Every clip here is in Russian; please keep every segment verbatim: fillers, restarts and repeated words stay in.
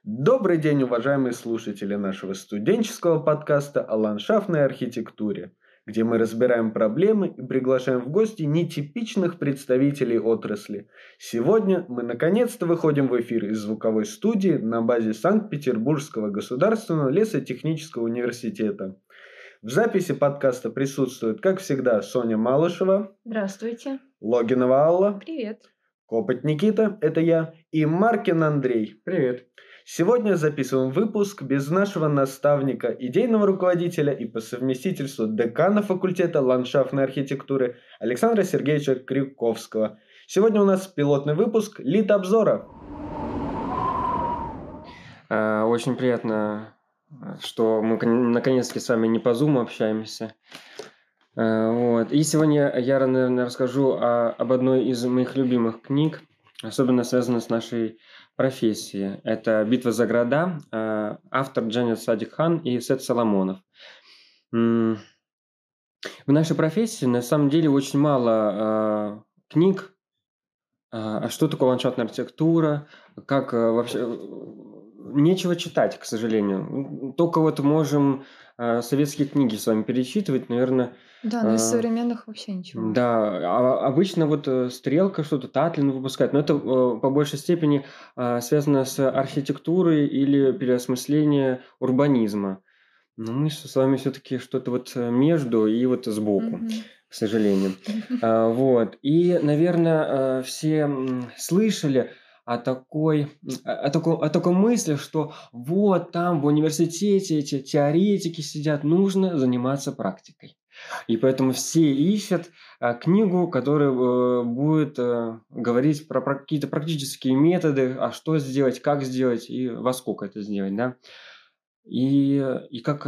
Добрый день, уважаемые слушатели нашего студенческого подкаста о ландшафтной архитектуре, где мы разбираем проблемы и приглашаем в гости нетипичных представителей отрасли. Сегодня мы наконец-то выходим в эфир из звуковой студии на базе Санкт-Петербургского государственного лесотехнического университета. В записи подкаста присутствуют, как всегда, Соня Малышева. Здравствуйте. Логинова Алла. Привет. Копоть Никита, это я, и Маркин Андрей. Привет. Сегодня записываем выпуск без нашего наставника, идейного руководителя и по совместительству декана факультета ландшафтной архитектуры Александра Сергеевича Крюковского. Сегодня у нас пилотный выпуск «Лид-обзора». Очень приятно, что мы наконец-таки с вами не по Zoom общаемся. Вот. И сегодня я, наверное, расскажу о, об одной из моих любимых книг, особенно связанной с нашей профессией. Это «Битва за города», автор Джанет Садик-Хан и Сет Соломонов. В нашей профессии на самом деле очень мало книг, а что такое ландшафтная архитектура, как вообще... Нечего читать, к сожалению. Только вот можем э, советские книги с вами перечитывать, наверное. Да, но э, из современных вообще ничего. Да, а, обычно вот э, Стрелка что-то, Татлин выпускает, но это э, по большей степени э, связано с архитектурой или переосмыслением урбанизма. Но мы с вами все-таки что-то вот между и вот сбоку, mm-hmm. к сожалению. Mm-hmm. А, вот. И, наверное, все слышали о такой, о, такой, о такой мысли, что вот там в университете эти теоретики сидят, нужно заниматься практикой. И поэтому все ищут а, книгу, которая а, будет а, говорить про, про какие-то практические методы, а что сделать, как сделать и во сколько это сделать, да. И, и как,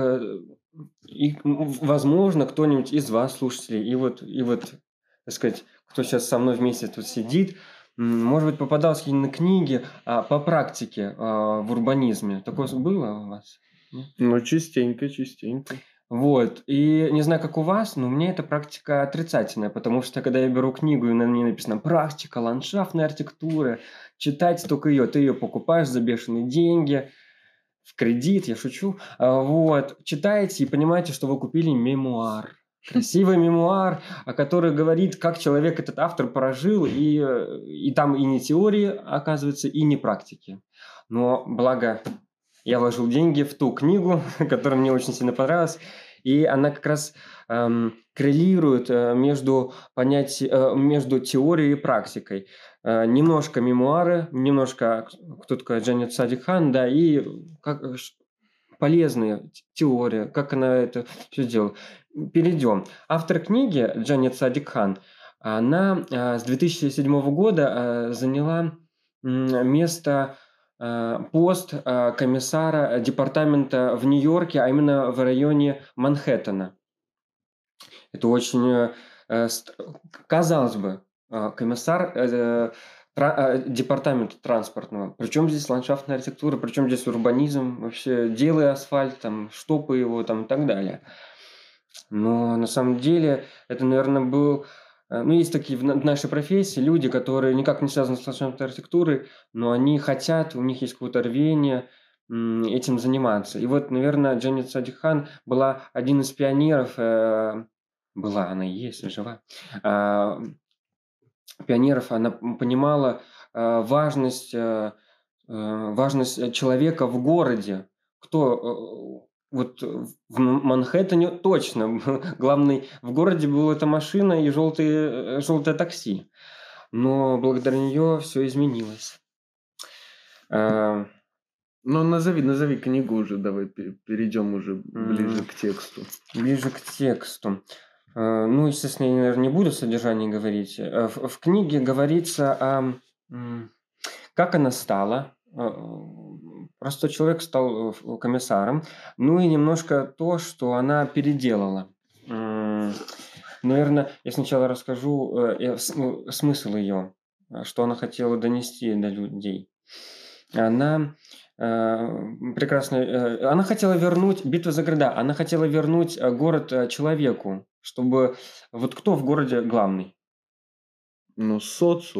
и, возможно, кто-нибудь из вас, слушателей, и вот, и вот, так сказать, кто сейчас со мной вместе тут сидит, может быть, попадался на книги а, по практике а, в урбанизме. Такое было у вас? Нет? Ну, частенько, частенько. Вот. И не знаю, как у вас, но у меня эта практика отрицательная, потому что, когда я беру книгу, и на ней написано «Практика ландшафтной архитектуры», читать только ее, ты ее покупаешь за бешеные деньги, в кредит, я шучу. Вот. Читаете и понимаете, что вы купили мемуар. Красивый мемуар, который говорит, как человек, этот автор, прожил, и, и там и не теории, оказывается, и не практики. Но благо я вложил деньги в ту книгу, которая мне очень сильно понравилась, и она как раз эм, коррелирует э, между, понятий, э, между теорией и практикой. Э, немножко мемуары, немножко, кто такой Джанет Садик-Хан, да, и как... полезная теория, как она это все делала. Перейдем. Автор книги Джанет Садик-Хан, она с две тысячи седьмого года заняла место, пост комиссара департамента в Нью-Йорке, а именно в районе Манхэттена. Это очень, казалось бы, комиссар департамента транспортного. Причем здесь ландшафтная архитектура, причем здесь урбанизм, вообще делай асфальт, там, штопай его там, и так далее. Но на самом деле это, наверное, был... Ну, есть такие в нашей профессии люди, которые никак не связаны с ландшафтной архитектурой, но они хотят, у них есть какое-то рвение этим заниматься. И вот, наверное, Джанет Садик-Хан была один из пионеров, была, она и есть, жива, пионеров, она понимала э, важность, э, важность человека в городе. Кто э, вот в Манхэттене точно главный в городе была эта машина и желтые, желтое такси. Но благодаря нее все изменилось. Э, ну, назови, назови книгу уже, давай перейдем уже ближе к тексту. Ближе к тексту. Ну, естественно, я, наверное, не буду содержание говорить. В, в книге говорится о... Как она стала. Простой человек стал комиссаром. Ну и немножко то, что она переделала. Наверное, я сначала расскажу смысл ее, что она хотела донести до людей. Она... прекрасно. Она хотела вернуть битву за города. Она хотела вернуть город человеку, чтобы вот кто в городе главный? Ну, социум.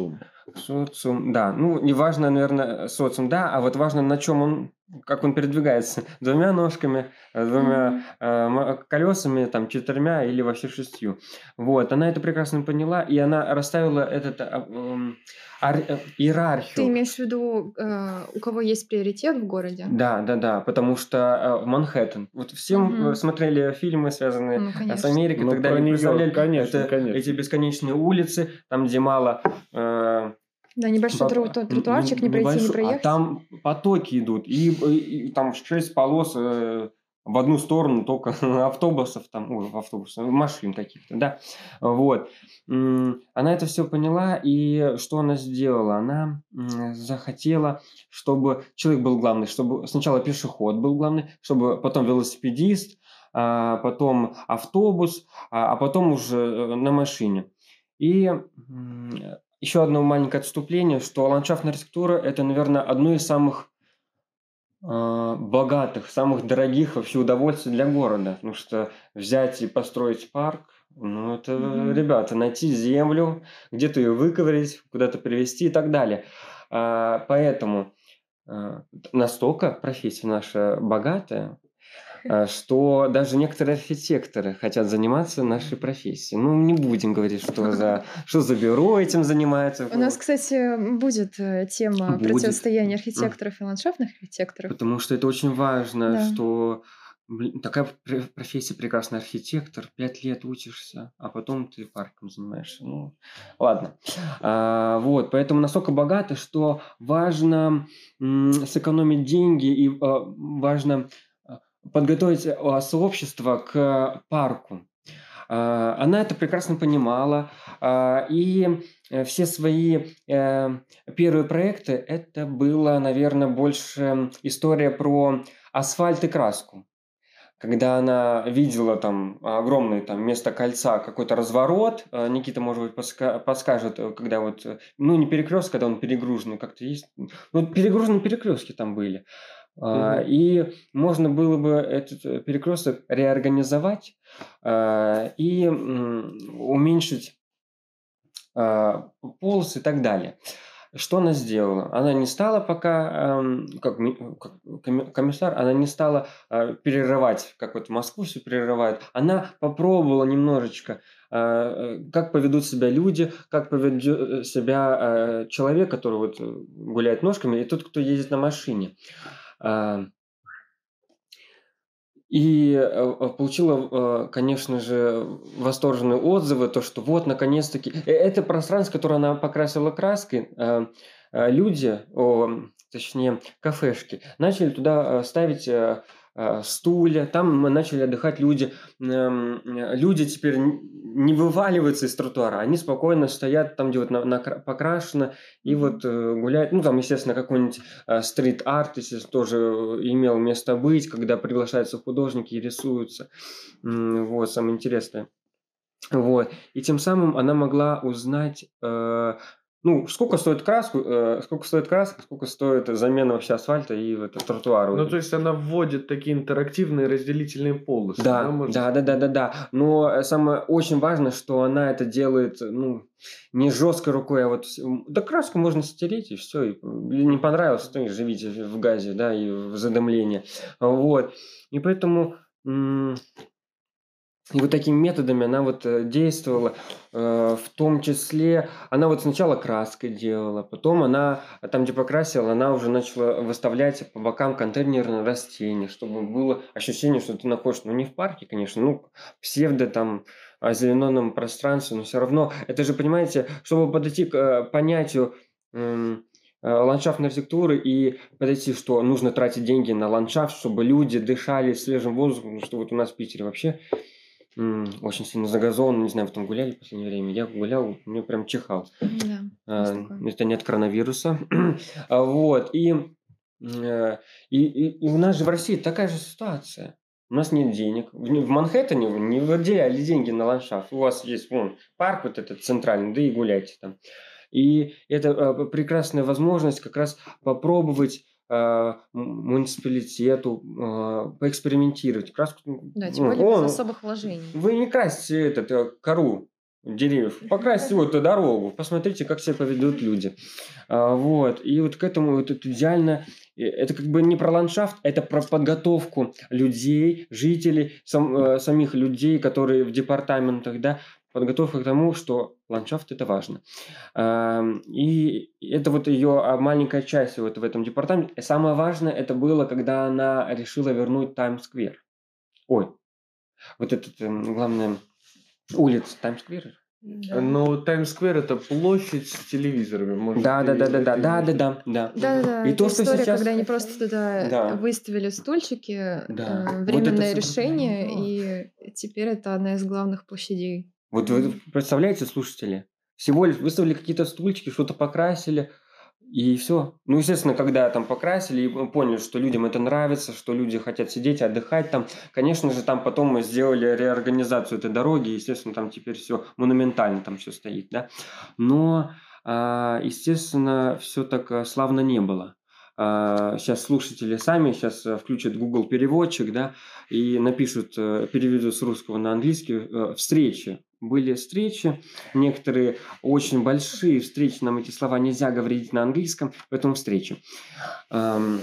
Социум, да. Ну, не важно, наверное, социум, да, а вот важно, на чем он, как он передвигается. Двумя ножками, э, двумя Мгм. э, м- колесами, там, четырьмя или вообще шестью. Вот, она это прекрасно поняла, и она расставила этот а, м, ар- э, Ты иерархию. имеешь в виду, э, у кого есть приоритет в городе? Да, да, да, потому что э, Манхэттен. Вот все мы Мгм. смотрели фильмы, связанные Ну, э, с конечно. Америкой и Ну, так про далее, Нью-Йорк, представляли, конечно, это эти конечно. бесконечные улицы, там, где мало э, Да, небольшой тру- Ба- то- н- не- тротуарчик, не пройти, не небольшой, а проехать. там потоки идут, и, и- и там шесть полос э, в одну сторону только автобусов, там, ой, автобусов, машин каких-то, да, вот. М, Она это все поняла, и что она сделала? Она м, захотела, чтобы человек был главный, чтобы сначала пешеход был главный, чтобы потом велосипедист, а потом автобус, а, а потом уже э, на машине. И м, еще одно маленькое отступление, что ландшафтная архитектура – это, наверное, одно из самых а, богатых, самых дорогих вообще удовольствий для города. Потому что взять и построить парк, ну, это, Мгм. ребята, найти землю, где-то ее выковырять, куда-то привезти и так далее. А, Поэтому а, настолько профессия наша богатая, а, что даже некоторые архитекторы хотят заниматься нашей профессией. Ну, не будем говорить, что за, что за бюро этим занимается. У нас, Вот. кстати, будет э, тема Будет. противостояния М. архитекторов и ландшафтных архитекторов. Потому что это очень важно, Да. что блин, такая пр- профессия прекрасный архитектор, пять лет учишься, а потом ты парком занимаешься. Ну, ладно. А, вот, поэтому настолько богато, что важно м, сэкономить деньги и а, важно а, подготовить а, сообщество к парку. А, Она это прекрасно понимала, а, и э, все свои э, первые проекты это было, наверное, больше история про асфальт и краску. Когда она видела там огромное там место кольца, какой-то разворот, э, Никита, может быть, подска- подскажет, э, когда вот, э, ну, не перекресток, когда он перегруженный, как-то есть. Ну, перегруженные перекрестки там были. А, Мгм. И можно было бы этот перекресток реорганизовать а, и м, уменьшить а, полосы и так далее. Что она сделала? Она не стала пока, ам, как, ми- как коми- комиссар, она не стала а, перерывать, как вот Москву все перерывает. Она попробовала немножечко, а, э, как поведут себя люди, как поведет себя а, человек, который вот э, гуляет ножками, и тот, кто ездит на машине. А, И э, э, получила, э, конечно же, восторженные отзывы, то, что вот, наконец-таки... э, Это пространство, которое она покрасила краской, э, э, люди, о, точнее, кафешки, начали туда э, ставить э, э, стулья, там мы начали отдыхать люди. Эм, э, Люди теперь н- не вываливаются из тротуара, они спокойно стоят там, где вот на- накра- покрашено, и Мгм. вот э, гуляют. Ну, там, естественно, какой-нибудь э, стрит-арт, если тоже э, имел место быть, когда приглашаются художники и рисуются. М, Вот, самое интересное. Вот. И тем самым она могла узнать, э, ну, сколько стоит краску, э, сколько стоит краска, сколько стоит замена вообще асфальта и вот тротуара. Ну, Вот. то есть она вводит такие интерактивные разделительные полосы, да, Да, можно да, да, да, сказать? да, да. Но э, самое очень важно, что она это делает, ну, не жесткой рукой, а вот с- м, да краску можно стереть и все. И, м, или не понравилось, то и живите в газе, да, и в задымлении. Вот. И поэтому м, и вот такими методами она вот э, действовала, э, в том числе, она вот сначала краской делала, потом она, а там, где покрасила, она уже начала выставлять по бокам контейнерные растения, чтобы было ощущение, что ты находишься, ну, не в парке, конечно, ну, псевдо там озелененном пространстве, но все равно, это же, понимаете, чтобы подойти к э, понятию м, э, ландшафтной архитектуры и подойти, что нужно тратить деньги на ландшафт, чтобы люди дышали свежим воздухом, потому что вот у нас в Питере вообще М, очень сильно загазован, не знаю, вы там гуляли в последнее время. Я гулял, мне прям чихал. Да, А, есть такое. Это не от коронавируса. А, Вот, и, м, э, и, и, и у нас же в России такая же ситуация. У нас нет денег. В, в Манхэттене вы не выделяли деньги на ландшафт. У вас есть вон парк вот этот центральный, да и гуляйте там. И это э, прекрасная возможность как раз попробовать э, м- муниципалитету э, поэкспериментировать. Краску, Да, тем ну, более без он, особых вложений. вы не красьте этот, э, кору. деревьев. Покрасьте вот эту дорогу, посмотрите, как себя поведут люди. А, вот. И вот к этому вот это идеально... Это как бы не про ландшафт, это про подготовку людей, жителей, сам, э, самих людей, которые в департаментах, да, подготовка к тому, что ландшафт – это важно. А, и это вот ее маленькая часть вот в этом департаменте. И самое важное это было, когда она решила вернуть Таймс-сквер. Ой, вот этот, главное, улица Таймс-сквер. Да. Но Таймс-сквер это площадь с телевизорами. Может, Да, да, ты да, да, это да, да, имеешь в да, виду? да, да. Да, да, да. И Это то, что история, сейчас... когда они просто туда Да. выставили стульчики, Да. э, Вот временное это всё решение, пропаганда. и теперь это одна из главных площадей. Вот вы представляете, слушатели? Всего лишь выставили какие-то стульчики, что-то покрасили, и все. Ну, естественно, когда там покрасили и поняли, что людям это нравится, что люди хотят сидеть, отдыхать там, конечно же, там потом мы сделали реорганизацию этой дороги, естественно, там теперь все монументально там все стоит, да. Но, а, естественно, все так а, славно не было. А, Сейчас слушатели сами сейчас а, включат Google переводчик, да, и напишут, э, переведут с русского на английский э, встречи. Были встречи, некоторые очень большие встречи, нам эти слова нельзя говорить на английском, поэтому встречи. Ам,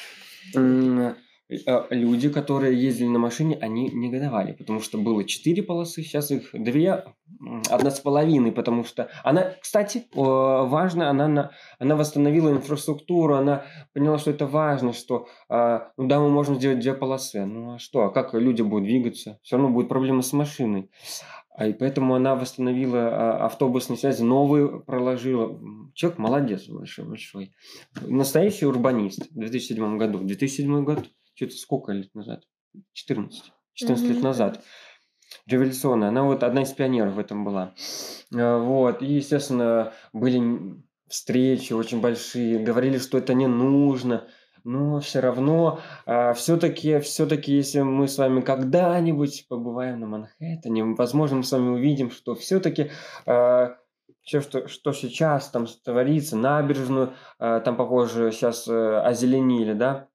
м, э, Люди, которые ездили на машине, они негодовали, потому что было четыре полосы, сейчас их две, м, одна с половиной, потому что она, кстати, о, важно, она, на- она восстановила инфраструктуру, она поняла, что это важно, что, а, ну да, мы можем сделать две полосы, ну а что, а как люди будут двигаться? Все равно будет проблема с машиной. А и поэтому она восстановила а, автобусные связи, новые проложила. М, Человек молодец большой-большой. Настоящий урбанист в две тысячи седьмом году. две тысячи седьмой год, что-то сколько лет назад? четырнадцать. четырнадцать лет Мгм. назад. Революционная. Она вот одна из пионеров в этом была. А, Вот. И, естественно, были м, встречи очень большие. Говорили, что это не нужно. Но все равно, все-таки, все-таки, если мы с вами когда-нибудь побываем на Манхэттене, возможно, мы с вами увидим, что все-таки все, что, что сейчас там творится, набережную, а, там, похоже, сейчас озеленили, да,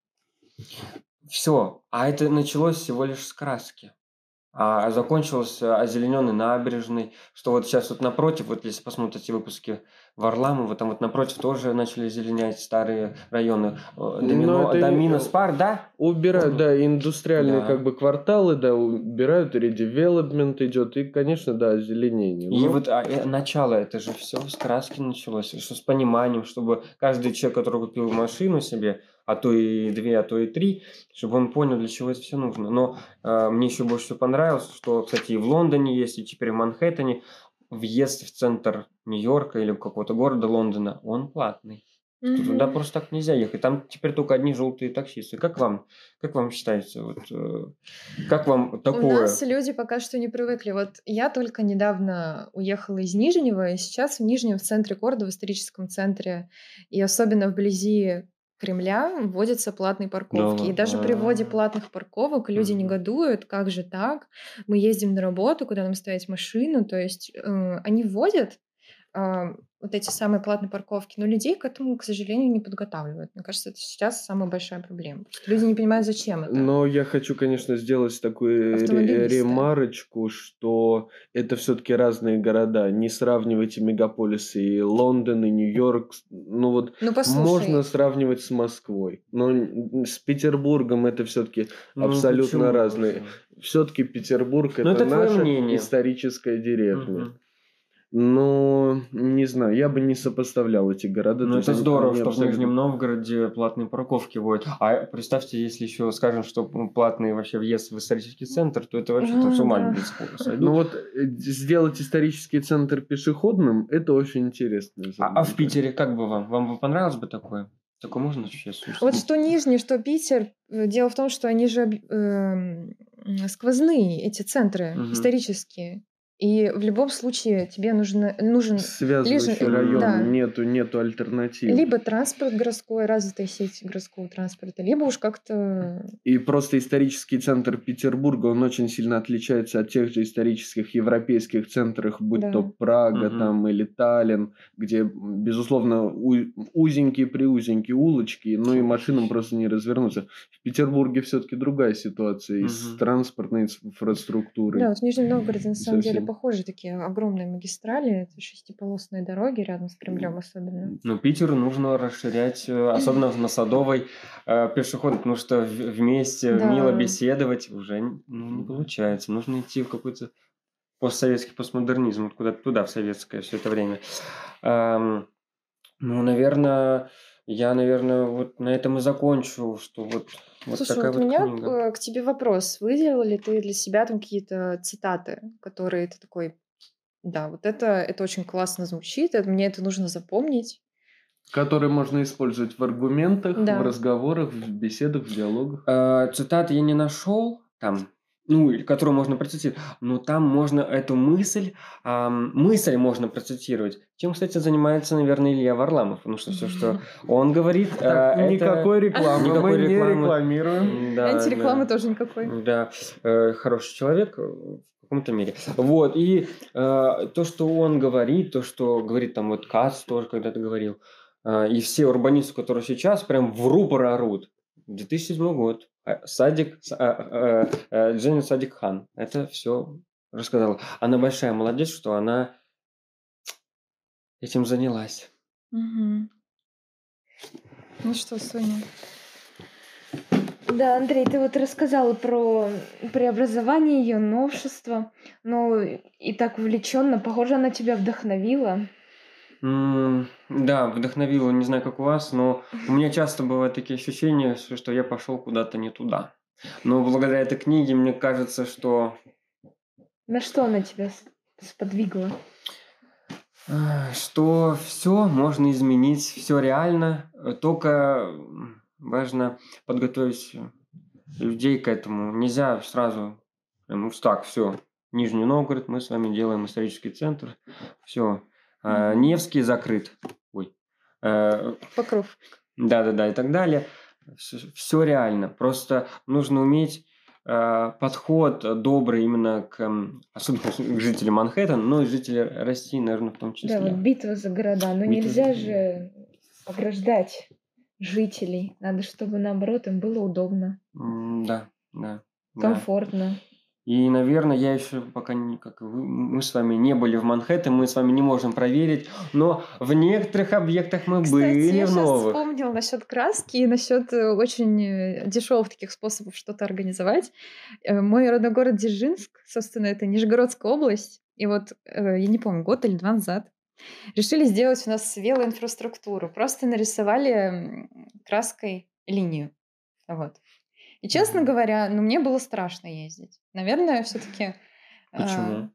все. А это началось всего лишь с краски. А закончилось э, озелененной набережной, что вот сейчас вот напротив, вот если посмотрите выпуски Варламова, там вот напротив тоже начали зеленять старые районы. Э, Домино, Но это Доминус э, Парк, да? убирают, Помню. да, индустриальные Да. как бы кварталы, да, убирают, редевелопмент идет, и, конечно, да, озеленение. И Но вот а, э, начало, это же все с краски началось, что с пониманием, чтобы каждый человек, который купил машину себе, а то и две, а то и три, чтобы он понял, для чего это все нужно. Но э, мне еще больше всего понравилось, что, кстати, и в Лондоне есть, и теперь в Манхэттене въезд в центр Нью-Йорка или какого-то города Лондона, он платный. Что туда Мгм. просто так нельзя ехать. Там теперь только одни желтые таксисты. Как вам, как вам считается, вот, э, как вам У нас такое? люди пока что не привыкли. Вот я только недавно уехала из Нижнего, и сейчас в Нижнем, в центре города, в историческом центре, и особенно вблизи Кремля вводятся платные парковки. И Да. даже при вводе А, платных парковок люди мгм. негодуют, как же так? Мы ездим на работу, куда нам ставить машину. То есть э, они вводят а, вот эти самые платные парковки, но людей к этому, к сожалению, не подготавливают. Мне кажется, это сейчас самая большая проблема. Потому что люди не понимают, зачем это. Но я хочу, конечно, сделать такую ре- Автомобилисты. ремарочку, что это все-таки разные города. Не сравнивайте мегаполисы и Лондон, и Нью-Йорк. С- Ну вот Ну, можно послушай, сравнивать с Москвой, но н- с Петербургом это все-таки Ну абсолютно почему разные. же? Все-таки Петербург Ну это это твое наша мнение. историческая деревня. Мгм. Но не знаю, я бы не сопоставлял эти города. Ну То есть это они, здорово, они что в Нижнем абсолютно... Новгороде платные парковки вводят. А представьте, если еще скажем, что м, платный вообще въезд в исторический центр, то это вообще там с а, ума да. люди сходу Ну сойдут. вот э, сделать исторический центр пешеходным, это очень интересно. на А, самом а в деле. Питере как бы вам? Вам бы понравилось бы такое? Такое можно вообще Вот осуществить? что Нижний, что Питер, э, дело в том, что они же об- эм, м, сквозные, эти центры Мгм. исторические. И в любом случае тебе нужно, нужен лишь, Связывающий э, район, да, нету, нету альтернатив. либо транспорт городской, развитая сеть городского транспорта, либо уж как-то... И просто исторический центр Петербурга, он очень сильно отличается от тех же исторических европейских центров, будь то Да. Прага Мгм. там или Таллин, где, м, безусловно, у- узенькие-приузенькие улочки, ну и машинам просто не развернуться. В Петербурге все-таки другая ситуация и с Мгм. транспортной инфраструктурой. Да, вот в Нижнем Новгороде на самом деле Совсем. похожи такие огромные магистрали, это шестиполосные дороги рядом с Кремлем особенно. Ну, Питеру нужно расширять, э, особенно на Садовой, э, пешеход, потому что в- вместе мило Да. беседовать уже н- ну, не получается. Нужно идти в какой-то постсоветский постмодернизм, вот куда-то туда, в советское все это время. Ам, ну, наверное, я, наверное, вот на этом и закончу, что вот, вот Слушай, такая вот у вот меня книга. э, к тебе вопрос. Выделил ли ты для себя там какие-то цитаты, которые ты такой, да, вот это, это очень классно звучит, это, мне это нужно запомнить. Которые можно использовать в аргументах, в Да. разговорах, в беседах, в диалогах. Э, Цитаты я не нашел там, ну, или которую можно процитировать, но там можно эту мысль, ам, мысль можно процитировать. Чем, кстати, занимается, наверное, Илья Варламов, потому что все, что он говорит, э, Так, это... никакой рекламы никакой мы не рекламы. рекламируем. Да, Антирекламы да. тоже никакой. Да, э, хороший человек э, в каком-то мере. Вот, и э, то, что он говорит, то, что говорит там вот Кац тоже когда-то говорил, э, и все урбанисты, которые сейчас прям в рупор орут. две тысячи седьмой год. А, Садик, с- а, э, э, Дженни Садик Хан. Это все рассказала. Она большая молодец, что она этим занялась. Мгм. Ну что, Соня? Да, Андрей, ты вот рассказал про преобразование ее, новшество, но и так увлеченно, похоже, она тебя вдохновила. М, Да, вдохновило, не знаю, как у вас, но у меня часто бывают такие ощущения, что что я пошел куда-то не туда. Но благодаря этой книге мне кажется, что, На что она тебя с- сподвигла? а, что все можно изменить, все реально, э, только м, важно подготовить э, людей к этому. Нельзя сразу, прям, ну так, все, Нижний Новгород, мы с вами делаем исторический центр, все, Мгм. Невский закрыт, ой, э, Покров. да-да-да, и так далее. Все реально. Просто нужно уметь э, подход э, добрый именно к, м, особенно к жителям Манхэттена, но и жителям России, наверное, в том Да, вот числе. битва за города. Но Битва нельзя за- же ограждать жителей. Надо, чтобы наоборот им было удобно, М, Да, да, да. комфортно. И, наверное, я еще пока не, как и вы, мы с вами не были в Манхэттене, мы с вами не можем проверить, но в некоторых объектах мы Кстати, были я в сейчас новых. вспомнила насчет краски и насчет э, очень дешевых таких способов что-то организовать. Э, Мой родной город Дзержинск, собственно, это Нижегородская область. И вот, э, я не помню, год или два назад решили сделать у нас велоинфраструктуру. Просто нарисовали м, краской линию. Вот. И, честно Мгм. говоря, ну, мне было страшно ездить. Наверное, все-таки... Почему?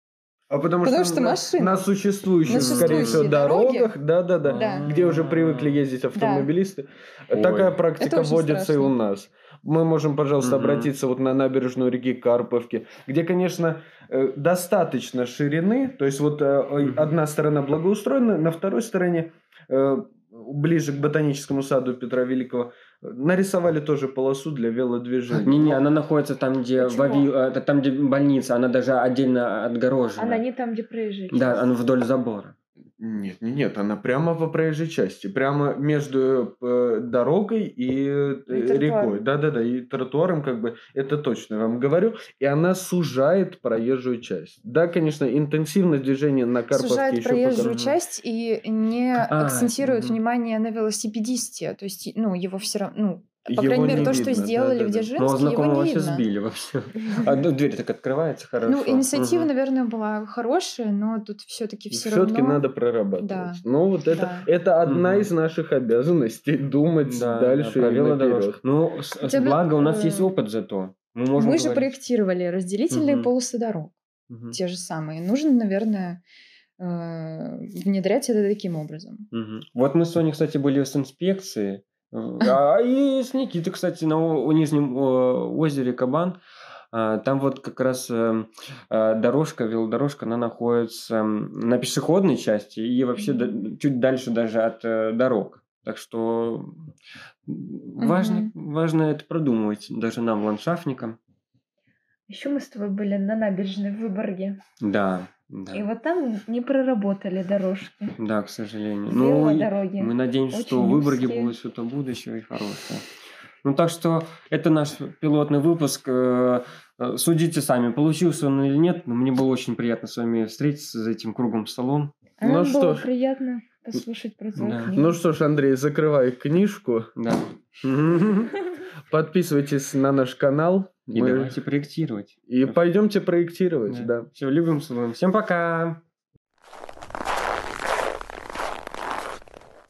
А потому, Потому что, что на, машины. на существующих, На скорее всего, существующие дороги. дорогах, да-да-да, Да. где уже привыкли А, ездить Да. автомобилисты, Ой. такая Это практика очень вводится и у страшно. нас. Мы можем, пожалуйста, Мгм. обратиться вот на набережную реки Карповки, где, конечно, э, достаточно ширины, то есть вот э, ой, Мгм. одна сторона благоустроена, на второй стороне, э, ближе к ботаническому саду Петра Великого, э, нарисовали тоже полосу для велодвижения. Не-не, Но она находится там, где Почему? Вави, э, это там, где больница, она даже отдельно Она отгорожена. не там, где проезжая Да, часть. она вдоль забора. Нет, нет, нет, она прямо по проезжей части, прямо между э, дорогой и э, И тротуаром. рекой. Да-да-да, и тротуаром, как бы, это точно я вам говорю. И она сужает проезжую часть. Да, конечно, интенсивность движения на Карповке Сужает еще проезжую Мгм. часть и не А, акцентирует мгм. внимание на велосипедисте. То есть, ну, его все равно, ну, по Его крайней мере, не то, что видно, сделали в да-да-да. Моего Дзержинске, его знакомого не сейчас видно. сбили вообще. А ну, дверь так открывается, Ну, хорошо. инициатива, Мгм. наверное, была хорошая, но тут все-таки все Все-таки равно. надо прорабатывать. Да, Но вот это, да. это одна Мгм. из наших обязанностей думать Да, да, дальше про и велодорожку. наперед. Ну, с- Хотя бы, благо у нас есть э, опыт зато. Мы можем мы же говорить. проектировали разделительные Мгм. полосы дорог, Мгм. те же самые. Нужно, наверное, э, внедрять это таким образом. Мгм. Вот мы с Соней, кстати, были с инспекцией. э, А и с Никитой, кстати, на о- у Нижнем о, озере Кабан. А, Там вот как раз э, э, дорожка, велодорожка, она находится м, на пешеходной части и вообще да- Мгм. чуть дальше даже от э, дорог. Так что м, важно, Мгм. важно это продумывать даже нам, ландшафтникам. Еще мы с тобой были на набережной в Выборге. Да, И да, вот там не проработали дорожки. да, к сожалению. Ну, и Велодороги мы надеемся, что в очень Выборге узкие. будет что-то будущее и хорошее. Ну, так что это наш пилотный выпуск. Э, э, Судите сами, получился он или нет. Но мне было очень приятно с вами встретиться за этим круглым столом. А Ну нам что было ж. приятно послушать про твою Да. книгу. Ну что ж, Андрей, закрывай книжку. Да. Подписывайтесь на наш канал. И Мы- давайте проектировать. И пойдемте проектировать, да. Все, любим, целуем. Всем пока!